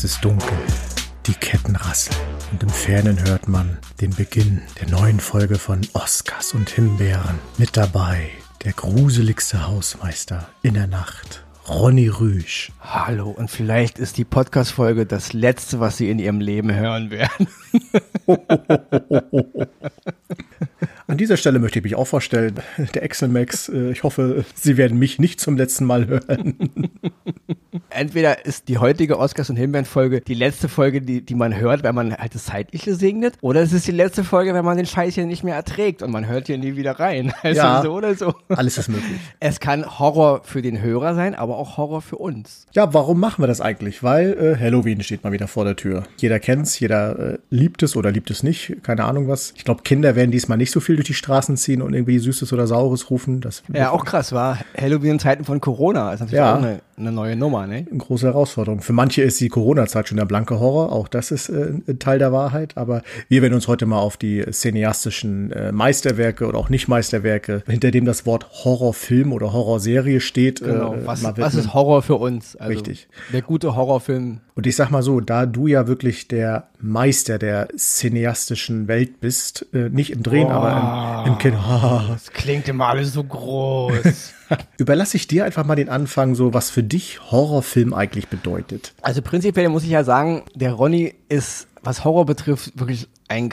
Es ist dunkel, die Ketten rasseln und im Fernen hört man den Beginn der neuen Folge von Oscars und Himbeeren. Mit dabei der gruseligste Hausmeister in der Nacht, Ronny Rüsch. Hallo, und vielleicht ist die Podcast-Folge das Letzte, was Sie in Ihrem Leben hören werden. An dieser Stelle möchte ich mich auch vorstellen, der Excel-Max. Ich hoffe, Sie werden mich nicht zum letzten Mal hören. Entweder ist die heutige Oscars- und Himbeeren-Folge die letzte Folge, die man hört, wenn man halt das Zeitliche segnet, oder es ist die letzte Folge, wenn man den Scheiß hier nicht mehr erträgt und man hört hier nie wieder rein. Also ja, so oder so. Alles ist möglich. Es kann Horror für den Hörer sein, aber auch Horror für uns. Ja, warum machen wir das eigentlich? Weil Halloween steht mal wieder vor der Tür. Jeder kennt's, jeder liebt es oder liebt es nicht, keine Ahnung was. Ich glaube, Kinder werden diesmal nicht so viel durch die Straßen ziehen und irgendwie Süßes oder Saures rufen. Das ja, auch krass, war Halloween in Zeiten von Corona. Das ist natürlich auch eine neue Nummer, ne? Eine große Herausforderung. Für manche ist die Corona-Zeit schon der blanke Horror. Auch das ist ein Teil der Wahrheit. Aber wir werden uns heute mal auf die cineastischen Meisterwerke oder auch Nicht-Meisterwerke, hinter dem das Wort Horrorfilm oder Horrorserie steht. Genau. Was ist Horror für uns? Also richtig. Der gute Horrorfilm. Und ich sag mal so, da du ja wirklich der Meister der cineastischen Welt bist, nicht im Drehen, aber im Kino. Das klingt immer alles so groß. Überlasse ich dir einfach mal den Anfang, so was für dich Horrorfilm eigentlich bedeutet. Also prinzipiell muss ich ja sagen, der Ronny ist, was Horror betrifft, wirklich ein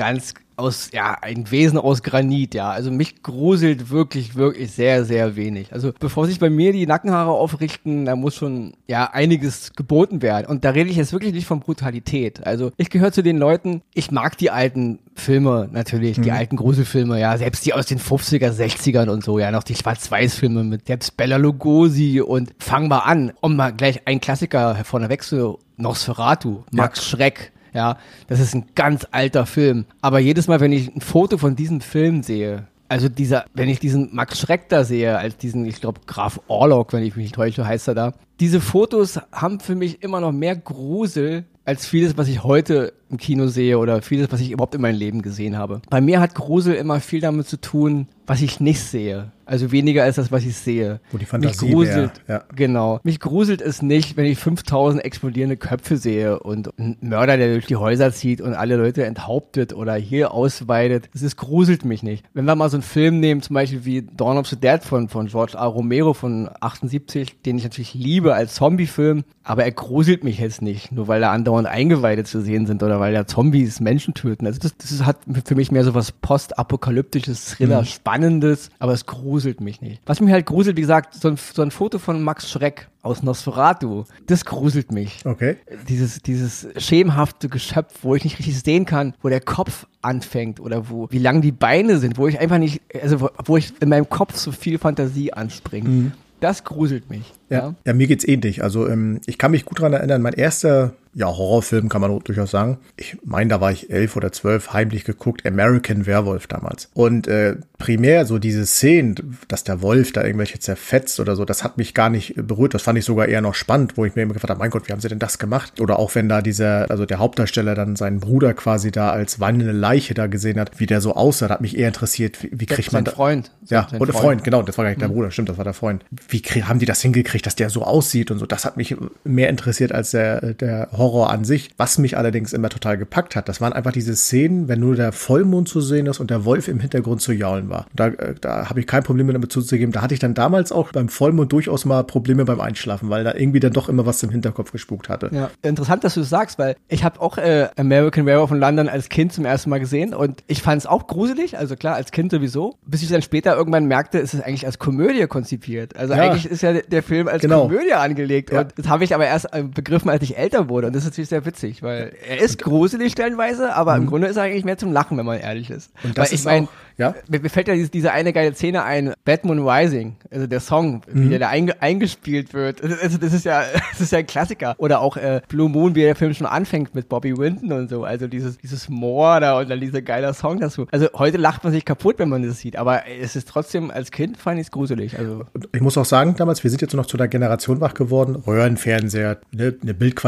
Wesen aus Granit, ja. Also mich gruselt wirklich, wirklich sehr, sehr wenig. Also bevor sich bei mir die Nackenhaare aufrichten, da muss schon, einiges geboten werden. Und da rede ich jetzt wirklich nicht von Brutalität. Also ich gehöre zu den Leuten, ich mag die alten Filme natürlich, die alten Gruselfilme, ja, selbst die aus den 50er, 60ern und so, ja, noch die Schwarz-Weiß-Filme mit selbst Bela Lugosi und fangen wir an, um mal gleich einen Klassiker vorneweg zu Nosferatu, Max Schreck. Ja, das ist ein ganz alter Film. Aber jedes Mal, wenn ich ein Foto von diesem Film sehe, also wenn ich diesen Max Schreck da sehe, als diesen, ich glaube, Graf Orlok, wenn ich mich nicht täusche, heißt er da. Diese Fotos haben für mich immer noch mehr Grusel als vieles, was ich heute im Kino sehe oder vieles, was ich überhaupt in meinem Leben gesehen habe. Bei mir hat Grusel immer viel damit zu tun, was ich nicht sehe. Also weniger als das, was ich sehe. Wo die Fantasie mich gruselt, ja. Genau. Mich gruselt es nicht, wenn ich 5000 explodierende Köpfe sehe und einen Mörder, der durch die Häuser zieht und alle Leute enthauptet oder hier ausweidet. Es gruselt mich nicht. Wenn wir mal so einen Film nehmen, zum Beispiel wie Dawn of the Dead von George R. Romero von 78, den ich natürlich liebe als Zombie-Film, aber er gruselt mich jetzt nicht, nur weil da andauernd Eingeweide zu sehen sind oder weil da Zombies Menschen töten. Also das hat für mich mehr so was postapokalyptisches, Thriller, Spannendes, aber es gruselt mich nicht. Was mich halt gruselt, wie gesagt, so ein Foto von Max Schreck aus Nosferatu, das gruselt mich. Okay. Dieses schemenhafte Geschöpf, wo ich nicht richtig sehen kann, wo der Kopf anfängt oder wie lang die Beine sind, wo ich einfach nicht, also wo ich in meinem Kopf so viel Fantasie anspringt. Das gruselt mich. Ja, mir geht's ähnlich. Also ich kann mich gut daran erinnern, mein erster Horrorfilm kann man durchaus sagen. Ich meine, da war ich 11 oder 12, heimlich geguckt, American Werewolf damals. Und primär so diese Szenen, dass der Wolf da irgendwelche zerfetzt oder so, das hat mich gar nicht berührt. Das fand ich sogar eher noch spannend, wo ich mir immer gefragt habe, mein Gott, wie haben sie denn das gemacht? Oder auch wenn da der Hauptdarsteller dann seinen Bruder quasi da als wandelnde Leiche da gesehen hat, wie der so aussah, da hat mich eher interessiert, wie kriegt man da... Freund. Ja, und der Freund, genau, das war gar nicht der Bruder, stimmt, das war der Freund. Wie haben die das hingekriegt, dass der so aussieht und so? Das hat mich mehr interessiert als der Horror an sich. Was mich allerdings immer total gepackt hat, das waren einfach diese Szenen, wenn nur der Vollmond zu sehen ist und der Wolf im Hintergrund zu jaulen war. Da habe ich kein Problem damit zuzugeben. Da hatte ich dann damals auch beim Vollmond durchaus mal Probleme beim Einschlafen, weil da irgendwie dann doch immer was im Hinterkopf gespukt hatte. Ja, interessant, dass du es sagst, weil ich habe auch American Werewolf in London als Kind zum ersten Mal gesehen und ich fand es auch gruselig, also klar, als Kind sowieso, bis ich dann später irgendwann merkte, es ist eigentlich als Komödie konzipiert. Also eigentlich ist ja der Film als Komödie angelegt und das habe ich aber erst begriffen, als ich älter wurde und das ist natürlich sehr witzig, weil er ist gruselig stellenweise, aber im Grunde ist er eigentlich mehr zum Lachen, wenn man ehrlich ist. Und das weil ich meine, mir fällt ja diese eine geile Szene ein, Bad Moon Rising, also der Song, wie der da eingespielt wird. Also das ist ja ein Klassiker. Oder auch Blue Moon, wie der Film schon anfängt mit Bobby Winton und so. Also dieses Moor da und dann dieser geile Song dazu. Also heute lacht man sich kaputt, wenn man das sieht, aber es ist trotzdem, als Kind fand ich es gruselig. Also ich muss auch sagen, damals, wir sind jetzt noch zu der Generation wach geworden, Röhrenfernseher, eine Bildqualität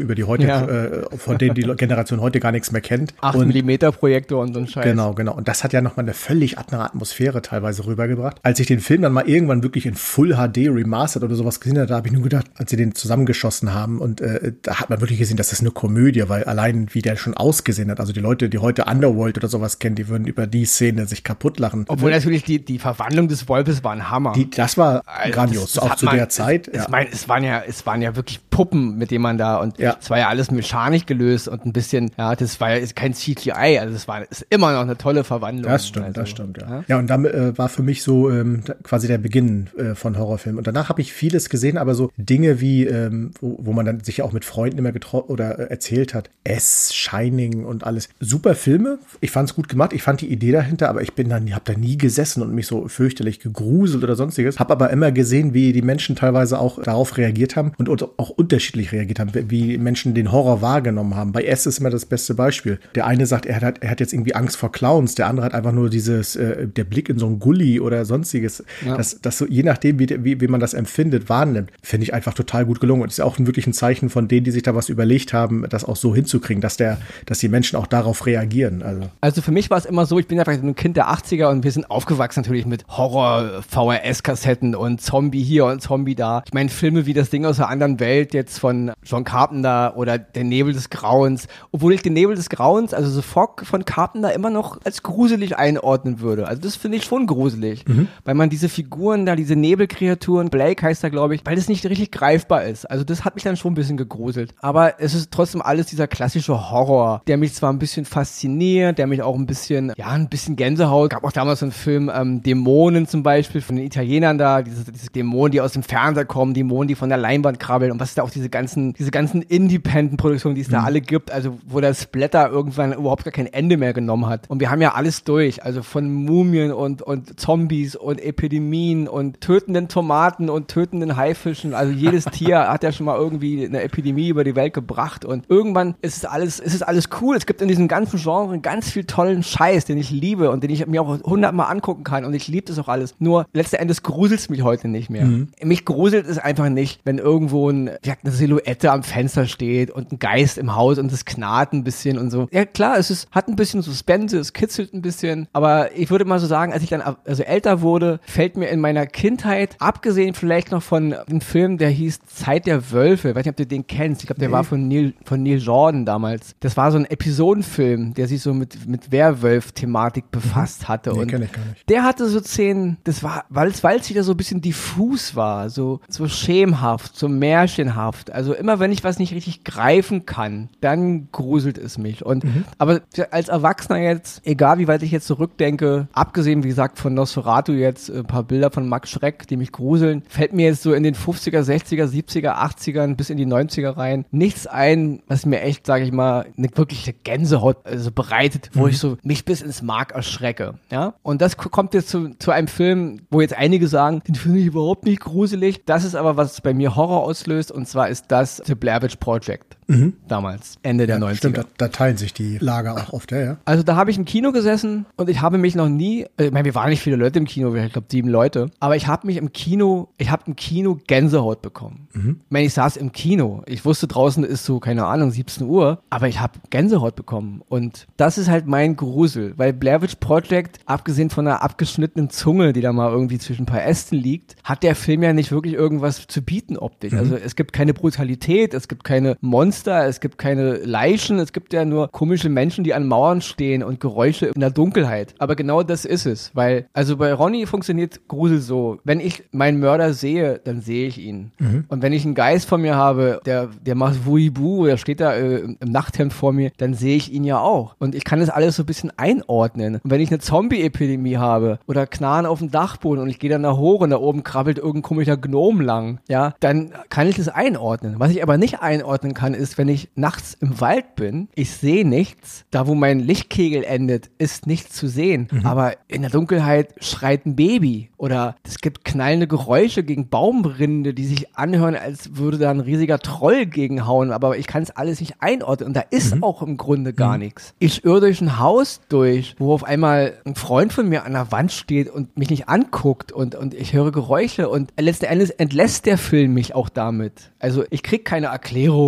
über die heute, von denen die Generation heute gar nichts mehr kennt. 8 mm Projektor und so ein Scheiß. Genau. Und das hat ja nochmal eine völlig andere Atmosphäre teilweise rübergebracht. Als ich den Film dann mal irgendwann wirklich in Full HD remastered oder sowas gesehen habe, da habe ich nur gedacht, als sie den zusammengeschossen haben und da hat man wirklich gesehen, dass das eine Komödie, weil allein wie der schon ausgesehen hat, also die Leute, die heute Underworld oder sowas kennen, die würden über die Szene sich kaputt lachen. Obwohl natürlich die Verwandlung des Wolfes war ein Hammer. Das war grandios, auch zu der Zeit. Es waren ja wirklich Puppen, mit denen man da, und es war ja alles mechanisch gelöst und ein bisschen, das war ja kein CGI, also ist immer noch eine tolle Verwandlung. Das stimmt, ja. Ja, und damit war für mich so quasi der Beginn von Horrorfilmen. Und danach habe ich vieles gesehen, aber so Dinge wie, wo man dann sich ja auch mit Freunden immer erzählt hat, Shining und alles. Super Filme, ich fand es gut gemacht, ich fand die Idee dahinter, aber ich habe da nie gesessen und mich so fürchterlich gegruselt oder sonstiges. Habe aber immer gesehen, wie die Menschen teilweise auch darauf reagiert haben und auch unterschiedlich reagiert haben, wie Menschen den Horror wahrgenommen haben. Bei S ist immer das beste Beispiel. Der eine sagt, er hat jetzt irgendwie Angst vor Clowns, der andere hat einfach nur der Blick in so ein Gully oder sonstiges. Ja. Das so, je nachdem, wie man das empfindet, wahrnimmt, finde ich einfach total gut gelungen. Und ist ja auch wirklich ein Zeichen von denen, die sich da was überlegt haben, das auch so hinzukriegen, dass die Menschen auch darauf reagieren. Also für mich war es immer so, ich bin ja vielleicht ein Kind der 80er und wir sind aufgewachsen natürlich mit Horror-VHS-Kassetten und Zombie hier und Zombie da. Ich meine, Filme wie Das Ding aus der anderen Welt jetzt von John Carpenter oder Der Nebel des Grauens, obwohl ich den Nebel des Grauens, also The Fog von Carpenter, immer noch als gruselig einordnen würde. Also das finde ich schon gruselig, weil man diese Figuren da, diese Nebelkreaturen, Blake heißt er, glaube ich, weil das nicht richtig greifbar ist. Also das hat mich dann schon ein bisschen gegruselt. Aber es ist trotzdem alles dieser klassische Horror, der mich zwar ein bisschen fasziniert, der mich auch ein bisschen Gänsehaut. Gab auch damals so einen Film, Dämonen zum Beispiel, von den Italienern da, diese Dämonen, die aus dem Fernseher kommen, Dämonen, die von der Leinwand krabbeln, und was da auch diese ganzen Independent-Produktionen, die es da alle gibt, also wo der Splatter irgendwann überhaupt gar kein Ende mehr genommen hat. Und wir haben ja alles durch, also von Mumien und Zombies und Epidemien und tötenden Tomaten und tötenden Haifischen, also jedes Tier hat ja schon mal irgendwie eine Epidemie über die Welt gebracht, und irgendwann ist es alles cool. Es gibt in diesem ganzen Genre ganz viel tollen Scheiß, den ich liebe und den ich mir auch 100-mal angucken kann, und ich liebe das auch alles. Nur letzten Endes gruselt es mich heute nicht mehr. Mich gruselt es einfach nicht, wenn irgendwo eine Silhouette am Fenster steht und ein Geist im Haus und es knarrt ein bisschen und so. Ja klar, hat ein bisschen Suspense, es kitzelt ein bisschen, aber ich würde mal so sagen, als ich dann älter wurde, fällt mir in meiner Kindheit, abgesehen vielleicht noch von einem Film, der hieß Zeit der Wölfe, ich weiß nicht, ob du den kennst, ich glaube, der war von Neil Jordan damals. Das war so ein Episodenfilm, der sich so mit Werwolf-Thematik befasst hatte. Nee, und kenn ich gar nicht. Der hatte so Szenen, das war, weil es wieder so ein bisschen diffus war, so schemenhaft, so märchenhaft. Also immer wenn ich was nicht richtig greifen kann, dann gruselt es mich. Und aber als Erwachsener jetzt, egal wie weit ich jetzt zurückdenke, abgesehen, wie gesagt, von Nosferatu jetzt, ein paar Bilder von Max Schreck, die mich gruseln, fällt mir jetzt so in den 50er, 60er, 70er, 80ern bis in die 90er rein nichts ein, was mir echt, sage ich mal, eine wirkliche Gänsehaut bereitet, wo ich so mich bis ins Mark erschrecke. Ja? Und das kommt jetzt zu einem Film, wo jetzt einige sagen, den finde ich überhaupt nicht gruselig. Das ist aber, was bei mir Horror auslöst, und zwar ist das The Blair Witch Project. Damals, Ende der 90er. Stimmt, da teilen sich die Lager auch oft, ja. Also da habe ich im Kino gesessen und ich habe mich noch nie, ich meine, wir waren nicht viele Leute im Kino, ich glaube 7 Leute, aber ich habe im Kino Gänsehaut bekommen. Ich meine, ich saß im Kino, ich wusste, draußen ist so, keine Ahnung, 17 Uhr, aber ich habe Gänsehaut bekommen, und das ist halt mein Grusel, weil Blair Witch Project, abgesehen von einer abgeschnittenen Zunge, die da mal irgendwie zwischen ein paar Ästen liegt, hat der Film ja nicht wirklich irgendwas zu bieten optisch. Also es gibt keine Brutalität, es gibt keine Monster, es gibt keine Leichen, es gibt ja nur komische Menschen, die an Mauern stehen und Geräusche in der Dunkelheit. Aber genau das ist es, weil, also bei Ronny funktioniert Grusel so, wenn ich meinen Mörder sehe, dann sehe ich ihn. Und wenn ich einen Geist vor mir habe, der macht Wuibu, der steht da im Nachthemd vor mir, dann sehe ich ihn ja auch. Und ich kann das alles so ein bisschen einordnen. Und wenn ich eine Zombie-Epidemie habe oder Knarren auf dem Dachboden und ich gehe dann da hoch und da oben krabbelt irgendein komischer Gnom lang, ja, dann kann ich das einordnen. Was ich aber nicht einordnen kann, ist, wenn ich nachts im Wald bin, ich sehe nichts, da wo mein Lichtkegel endet, ist nichts zu sehen. Aber in der Dunkelheit schreit ein Baby oder es gibt knallende Geräusche gegen Baumrinde, die sich anhören, als würde da ein riesiger Troll gegenhauen, aber ich kann es alles nicht einordnen, und da ist auch im Grunde gar nichts. Ich irre durch ein Haus durch, wo auf einmal ein Freund von mir an der Wand steht und mich nicht anguckt, und ich höre Geräusche, und letzten Endes entlässt der Film mich auch damit. Also ich kriege keine Erklärung, hier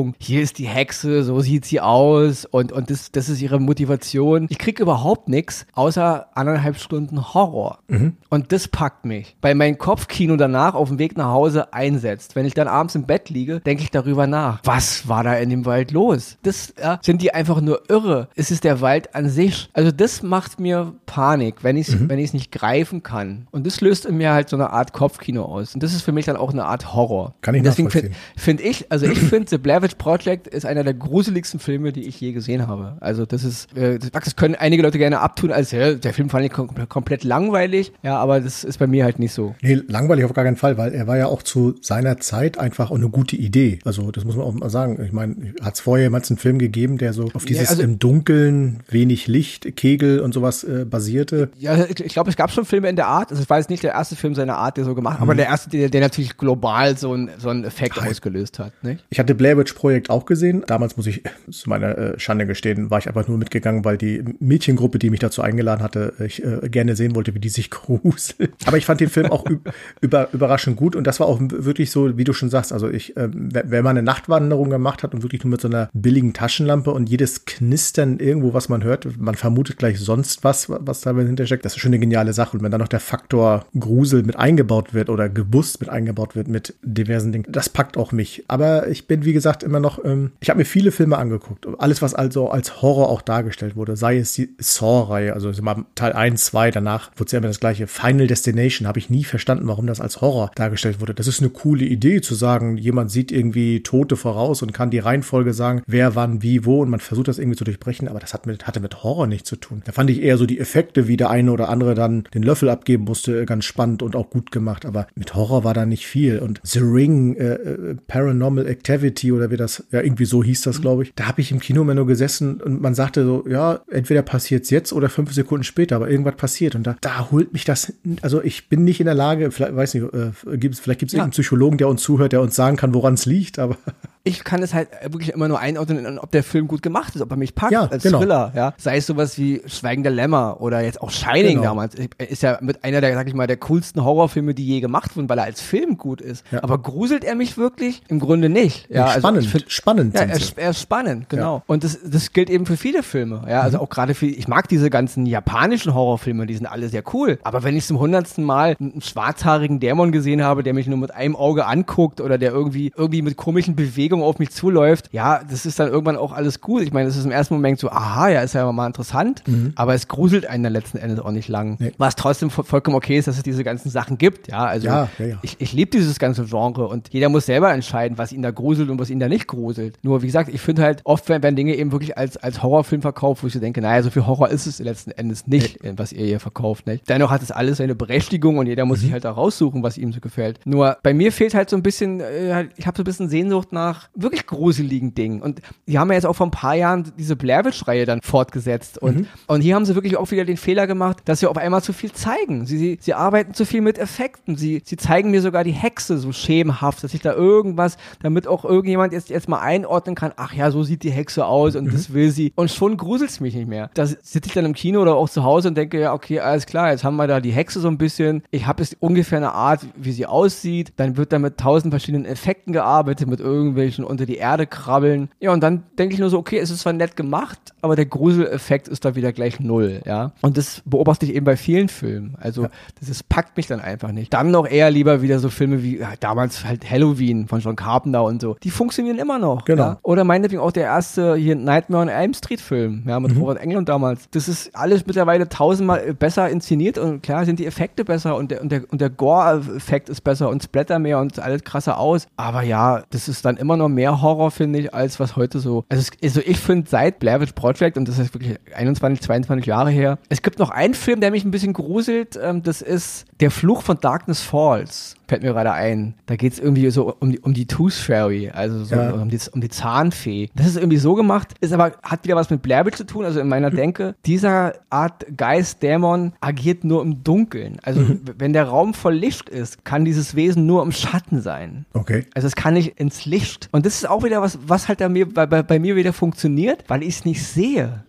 ist die Hexe, so sieht sie aus und das ist ihre Motivation. Ich krieg überhaupt nichts, außer 1,5 Stunden Horror. Und das packt mich. Weil mein Kopfkino danach auf dem Weg nach Hause einsetzt. Wenn ich dann abends im Bett liege, denke ich darüber nach. Was war da in dem Wald los? Sind die einfach nur irre? Es ist der Wald an sich. Also das macht mir Panik, wenn ich es nicht greifen kann. Und das löst in mir halt so eine Art Kopfkino aus. Und das ist für mich dann auch eine Art Horror. Kann ich nachvollziehen. Ich finde The Blair Witch Project ist einer der gruseligsten Filme, die ich je gesehen habe. Also das können einige Leute gerne abtun, als der Film fand ich komplett langweilig. Ja, aber das ist bei mir halt nicht so. Nee, langweilig auf gar keinen Fall, weil er war ja auch zu seiner Zeit einfach eine gute Idee. Also das muss man auch mal sagen. Ich meine, hat es vorher jemals einen Film gegeben, der so auf dieses im Dunkeln, wenig Licht, Kegel und sowas basierte? Ja, ich glaube, es gab schon Filme in der Art. Also es war jetzt nicht der erste Film seiner Art, der so gemacht hat, aber der erste, der natürlich global so einen Effekt ausgelöst hat. Nicht? Ich hatte Blair Witch Projekt auch gesehen. Damals, muss ich zu meiner Schande gestehen, war ich einfach nur mitgegangen, weil die Mädchengruppe, die mich dazu eingeladen hatte, ich gerne sehen wollte, wie die sich gruselt. Aber ich fand den Film auch überraschend gut und das war auch wirklich so, wie du schon sagst, also wenn man eine Nachtwanderung gemacht hat und wirklich nur mit so einer billigen Taschenlampe und jedes Knistern irgendwo, was man hört, man vermutet gleich sonst was da dahinter steckt, das ist schon eine geniale Sache. Und wenn dann noch der Faktor Grusel mit eingebaut wird oder gewusst mit eingebaut wird mit diversen Dingen, das packt auch mich. Aber ich bin, wie gesagt, immer noch, ich habe mir viele Filme angeguckt. Alles, was also als Horror auch dargestellt wurde, sei es die Saw-Reihe, also Teil 1, 2, danach wurde es ja immer das gleiche. Final Destination, habe ich nie verstanden, warum das als Horror dargestellt wurde. Das ist eine coole Idee, zu sagen, jemand sieht irgendwie Tote voraus und kann die Reihenfolge sagen, wer, wann, wie, wo und man versucht das irgendwie zu durchbrechen, aber das hatte mit Horror nichts zu tun. Da fand ich eher so die Effekte, wie der eine oder andere dann den Löffel abgeben musste, ganz spannend und auch gut gemacht, aber mit Horror war da nicht viel. Und The Ring, Paranormal Activity oder wie das, ja irgendwie so hieß das, glaube ich, da habe ich im Kino immer nur gesessen und man sagte so, ja, entweder passiert's jetzt oder 5 Sekunden später, aber irgendwas passiert und da holt mich das, also ich bin nicht in der Lage, vielleicht, weiß nicht, vielleicht gibt es irgendeinen Psychologen, der uns zuhört, der uns sagen kann, woran es liegt, aber ich kann es halt wirklich immer nur einordnen, ob der Film gut gemacht ist, ob er mich packt als Thriller, ja. Sei es sowas wie Schweigen der Lämmer oder jetzt auch Shining damals. Ist ja mit einer der, sag ich mal, der coolsten Horrorfilme, die je gemacht wurden, weil er als Film gut ist. Ja. Aber gruselt er mich wirklich? Im Grunde nicht. Ja, spannend. Ja, er ist spannend, genau. Ja. Und das gilt eben für viele Filme. Ja, also auch gerade ich mag diese ganzen japanischen Horrorfilme, die sind alle sehr cool. Aber wenn ich zum 100. Mal einen schwarzhaarigen Dämon gesehen habe, der mich nur mit einem Auge anguckt oder der irgendwie mit komischen Bewegungen auf mich zuläuft, ja, das ist dann irgendwann auch alles gut. Ich meine, das ist im ersten Moment so, aha, ja, ist ja mal interessant, aber es gruselt einen dann letzten Endes auch nicht lang. Nee. Was trotzdem vollkommen okay ist, dass es diese ganzen Sachen gibt, ja, also ich liebe dieses ganze Genre und jeder muss selber entscheiden, was ihn da gruselt und was ihn da nicht gruselt. Nur, wie gesagt, ich finde halt, oft werden Dinge eben wirklich als Horrorfilm verkauft, wo ich so denke, naja, so viel Horror ist es letzten Endes nicht, was ihr hier verkauft, nicht? Dennoch hat es alles seine Berechtigung und jeder muss sich halt da raussuchen, was ihm so gefällt. Nur, bei mir fehlt halt so ein bisschen, ich habe so ein bisschen Sehnsucht nach wirklich gruseligen Dingen. Und die haben ja jetzt auch vor ein paar Jahren diese Blair Witch-Reihe dann fortgesetzt. Und hier haben sie wirklich auch wieder den Fehler gemacht, dass sie auf einmal zu viel zeigen. Sie arbeiten zu viel mit Effekten. Sie zeigen mir sogar die Hexe so schemenhaft, dass ich da irgendwas, damit auch irgendjemand jetzt mal einordnen kann, ach ja, so sieht die Hexe aus und das will sie. Und schon gruselt es mich nicht mehr. Da sitze ich dann im Kino oder auch zu Hause und denke, ja, okay, alles klar, jetzt haben wir da die Hexe so ein bisschen. Ich habe jetzt ungefähr eine Art, wie sie aussieht. Dann wird da mit 1000 verschiedenen Effekten gearbeitet, mit irgendwelchen unter die Erde krabbeln. Ja, und dann denke ich nur so, okay, es ist zwar nett gemacht, aber der Gruseleffekt ist da wieder gleich 0, ja. Und das beobachte ich eben bei vielen Filmen. Also, das packt mich dann einfach nicht. Dann noch eher lieber wieder so Filme wie damals halt Halloween von John Carpenter und so. Die funktionieren immer noch. Genau. Ja? Oder meinetwegen auch der erste hier Nightmare on Elm Street Film, ja, mit Robert Englund damals. Das ist alles mittlerweile 1000-mal besser inszeniert und klar sind die Effekte besser und der Gore-Effekt ist besser und Splatter mehr und alles krasser aus. Aber ja, das ist dann immer noch mehr Horror, finde ich, als was heute so. Also ich finde, seit Blair Witch Project, und das ist wirklich 21, 22 Jahre her, es gibt noch einen Film, der mich ein bisschen gruselt, das ist Der Fluch von Darkness Falls. Fällt mir gerade ein. Da geht es irgendwie so um die Tooth Fairy, also so um die Zahnfee. Das ist irgendwie so gemacht, hat wieder was mit Blair Witch zu tun, also in meiner Denke. Dieser Art Geist, Dämon, agiert nur im Dunkeln. Also wenn der Raum voll Licht ist, kann dieses Wesen nur im Schatten sein. Okay. Also es kann nicht ins Licht. Und das ist auch wieder was halt bei mir wieder funktioniert, weil ich es nicht sehe.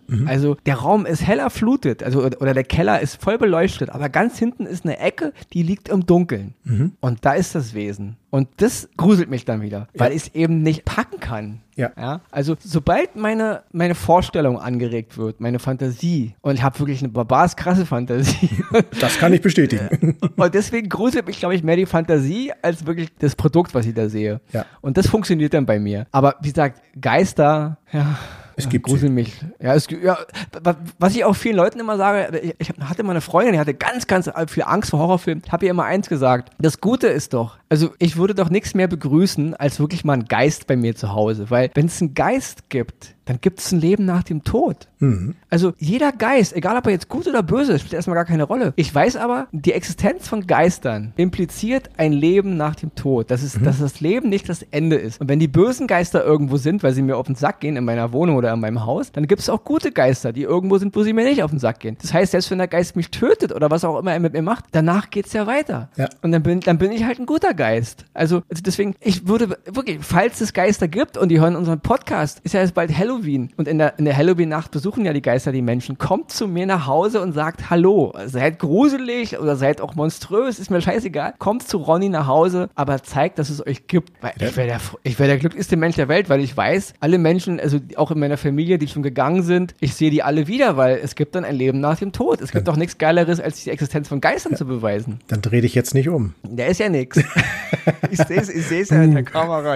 Also der Raum ist hell erflutet, also oder der Keller ist voll beleuchtet, aber ganz hinten ist eine Ecke, die liegt im Dunkeln. Und da ist das Wesen. Und das gruselt mich dann wieder, weil ich es eben nicht packen kann. Ja. Also sobald meine Vorstellung angeregt wird, meine Fantasie, und ich habe wirklich eine barbars krasse Fantasie. Das kann ich bestätigen. Und deswegen gruselt mich, glaube ich, mehr die Fantasie als wirklich das Produkt, was ich da sehe. Ja. Und das funktioniert dann bei mir. Aber wie gesagt, Geister, es gibt gruseln mich. Was ich auch vielen Leuten immer sage, ich hatte mal eine Freundin, die hatte ganz, ganz viel Angst vor Horrorfilmen. Ich habe ihr immer eins gesagt, das Gute ist doch, also ich würde doch nichts mehr begrüßen, als wirklich mal einen Geist bei mir zu Hause. Weil wenn es einen Geist gibt, dann gibt es ein Leben nach dem Tod. Also jeder Geist, egal ob er jetzt gut oder böse ist, spielt erstmal gar keine Rolle. Ich weiß aber, die Existenz von Geistern impliziert ein Leben nach dem Tod. Dass das Leben nicht das Ende ist. Und wenn die bösen Geister irgendwo sind, weil sie mir auf den Sack gehen in meiner Wohnung oder in meinem Haus, dann gibt es auch gute Geister, die irgendwo sind, wo sie mir nicht auf den Sack gehen. Das heißt, selbst wenn der Geist mich tötet oder was auch immer er mit mir macht, danach geht's ja weiter. Ja. Und dann bin ich halt ein guter Geist. Also deswegen, ich würde wirklich, falls es Geister gibt und die hören unseren Podcast, ist ja jetzt bald Halloween. Und in der Halloween-Nacht besuchen ja die Geister die Menschen. Kommt zu mir nach Hause und sagt Hallo. Seid gruselig oder seid auch monströs, ist mir scheißegal. Kommt zu Ronny nach Hause, aber zeigt, dass es euch gibt. Weil ich wär der glücklichste Mensch der Welt, weil ich weiß, alle Menschen, also auch in meiner Familie, die schon gegangen sind, ich sehe die alle wieder, weil es gibt dann ein Leben nach dem Tod. Es gibt doch nichts Geileres, als die Existenz von Geistern zu beweisen. Dann dreh dich jetzt nicht um. Der ist ja nix. Ich sehe es ja in der Kamera.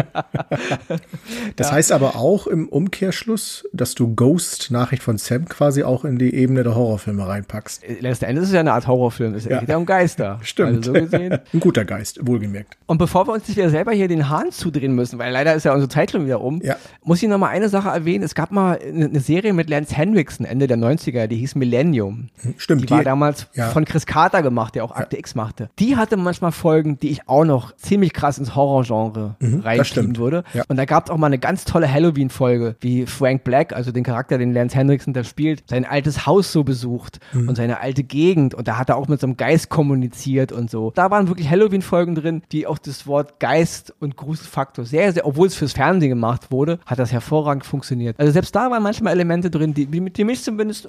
Das heißt aber auch im Umkehrschluss, dass du Ghost-Nachricht von Sam quasi auch in die Ebene der Horrorfilme reinpackst. Letzten Endes ist es ja eine Art Horrorfilm. Es geht ja um Geister. Stimmt. Also so gesehen. Ein guter Geist, wohlgemerkt. Und bevor wir uns nicht wieder selber hier den Hahn zudrehen müssen, weil leider ist ja unsere Zeit schon wieder um, muss ich noch mal eine Sache erwähnen. Es gab mal eine Serie mit Lance Henriksen, Ende der 90er, die hieß Millennium. Stimmt. Die war damals von Chris Carter gemacht, der auch Akte X machte. Die hatte manchmal Folgen, die ich auch noch ziemlich krass ins Horrorgenre reinschieben würde. Ja. Und da gab es auch mal eine ganz tolle Halloween-Folge, wie Frank Black, also den Charakter, den Lance Henriksen da spielt, sein altes Haus so besucht und seine alte Gegend. Und da hat er auch mit so einem Geist kommuniziert und so. Da waren wirklich Halloween-Folgen drin, die auch das Wort Geist und Gruselfaktor sehr, sehr, obwohl es fürs Fernsehen gemacht wurde, hat das hervorragend funktioniert. Also selbst da waren manchmal Elemente drin, die mich zumindest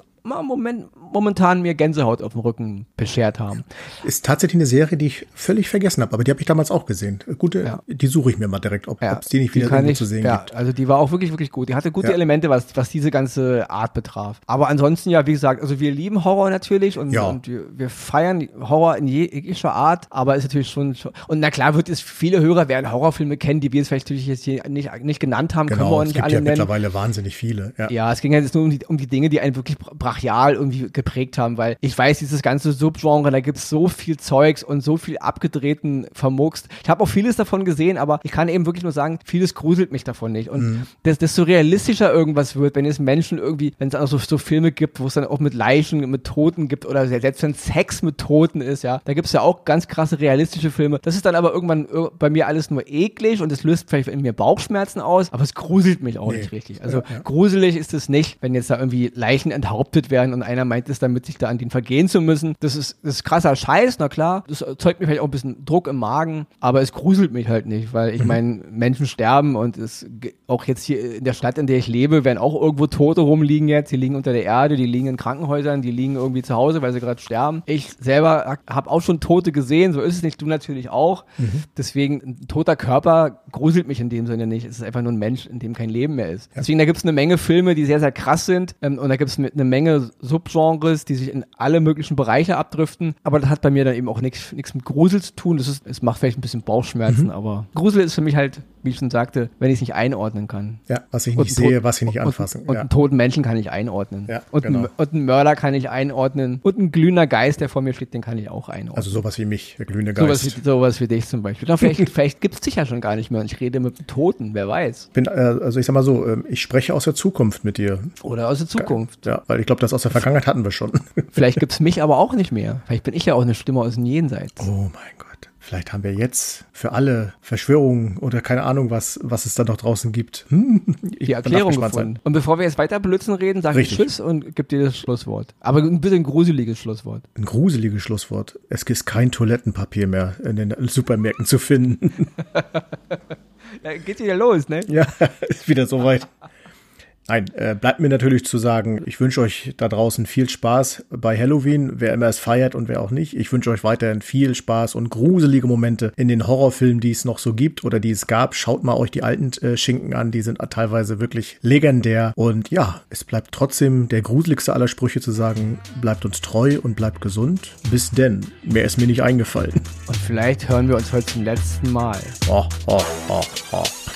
momentan mir Gänsehaut auf dem Rücken beschert haben. Ist tatsächlich eine Serie, die ich völlig vergessen habe, aber die habe ich damals auch gesehen. Die suche ich mir mal direkt, ob es die nicht wieder irgendwo zu sehen gibt. Also die war auch wirklich, wirklich gut. Die hatte gute Elemente, was diese ganze Art betraf. Aber ansonsten, wie gesagt, also wir lieben Horror natürlich und wir feiern Horror in jeglicher Art, aber ist natürlich schon und na klar wird es, viele Hörer werden Horrorfilme kennen, die wir jetzt vielleicht natürlich jetzt hier nicht genannt haben, können wir auch nicht alle nennen. Es gibt ja mittlerweile wahnsinnig viele. Ja, es ging ja jetzt nur um die Dinge, die einen wirklich brachial irgendwie geprägt haben, weil ich weiß, dieses ganze Subgenre, da gibt es so viel Zeugs und so viel abgedrehten Vermurkst. Ich habe auch vieles davon gesehen, aber ich kann eben wirklich nur sagen, vieles gruselt mich davon nicht. Und desto realistischer irgendwas wird, wenn es Menschen irgendwie, wenn es auch so Filme gibt, wo es dann auch mit Leichen, mit Toten gibt oder selbst wenn Sex mit Toten ist, da gibt es ja auch ganz krasse realistische Filme. Das ist dann aber irgendwann bei mir alles nur eklig und es löst vielleicht in mir Bauchschmerzen aus, aber es gruselt mich auch nicht richtig. Also gruselig ist es nicht, wenn jetzt da irgendwie Leichen enthauptet werden und einer meint es damit, sich da an den vergehen zu müssen. Das ist krasser Scheiß, na klar. Das erzeugt mir vielleicht auch ein bisschen Druck im Magen, aber es gruselt mich halt nicht, weil ich meine, Menschen sterben und auch jetzt hier in der Stadt, in der ich lebe, werden auch irgendwo Tote rumliegen jetzt. Die liegen unter der Erde, die liegen in Krankenhäusern, die liegen irgendwie zu Hause, weil sie gerade sterben. Ich selber habe auch schon Tote gesehen, so ist es nicht, du natürlich auch. Deswegen, ein toter Körper gruselt mich in dem Sinne nicht. Es ist einfach nur ein Mensch, in dem kein Leben mehr ist. Deswegen, da gibt es eine Menge Filme, die sehr, sehr krass sind und da gibt es eine Menge Subgenres, die sich in alle möglichen Bereiche abdriften, aber das hat bei mir dann eben auch nichts mit Grusel zu tun. Es macht vielleicht ein bisschen Bauchschmerzen, aber Grusel ist für mich halt, wie ich schon sagte, wenn ich es nicht einordnen kann. Ja, was ich nicht sehe, was ich nicht anfassen. Und einen toten Menschen kann ich einordnen. Ja, und einen Mörder kann ich einordnen. Und ein glühender Geist, der vor mir steht, den kann ich auch einordnen. Also sowas wie mich, der glühende Geist. Sowas wie dich zum Beispiel. Vielleicht gibt es dich ja schon gar nicht mehr und ich rede mit einem Toten, wer weiß. Also ich sag mal so, ich spreche aus der Zukunft mit dir. Oder aus der Zukunft. Ja, weil ich glaube, das aus der Vergangenheit hatten wir schon. Vielleicht gibt es mich aber auch nicht mehr. Vielleicht bin ich ja auch eine Stimme aus dem Jenseits. Oh mein Gott. Vielleicht haben wir jetzt für alle Verschwörungen oder keine Ahnung, was es da noch draußen gibt. Die Erklärung gefunden. Und bevor wir jetzt weiter Blödsinn reden, sage ich Tschüss und gebe dir das Schlusswort. Aber ein bisschen gruseliges Schlusswort. Ein gruseliges Schlusswort. Es ist kein Toilettenpapier mehr in den Supermärkten zu finden. Ja, geht wieder los, ne? Ja, ist wieder soweit. Nein, bleibt mir natürlich zu sagen, ich wünsche euch da draußen viel Spaß bei Halloween, wer immer es feiert und wer auch nicht. Ich wünsche euch weiterhin viel Spaß und gruselige Momente in den Horrorfilmen, die es noch so gibt oder die es gab. Schaut mal euch die alten Schinken an, die sind teilweise wirklich legendär. Und ja, es bleibt trotzdem der gruseligste aller Sprüche zu sagen, bleibt uns treu und bleibt gesund. Bis denn, mehr ist mir nicht eingefallen. Und vielleicht hören wir uns heute zum letzten Mal. Oh, oh, oh, oh.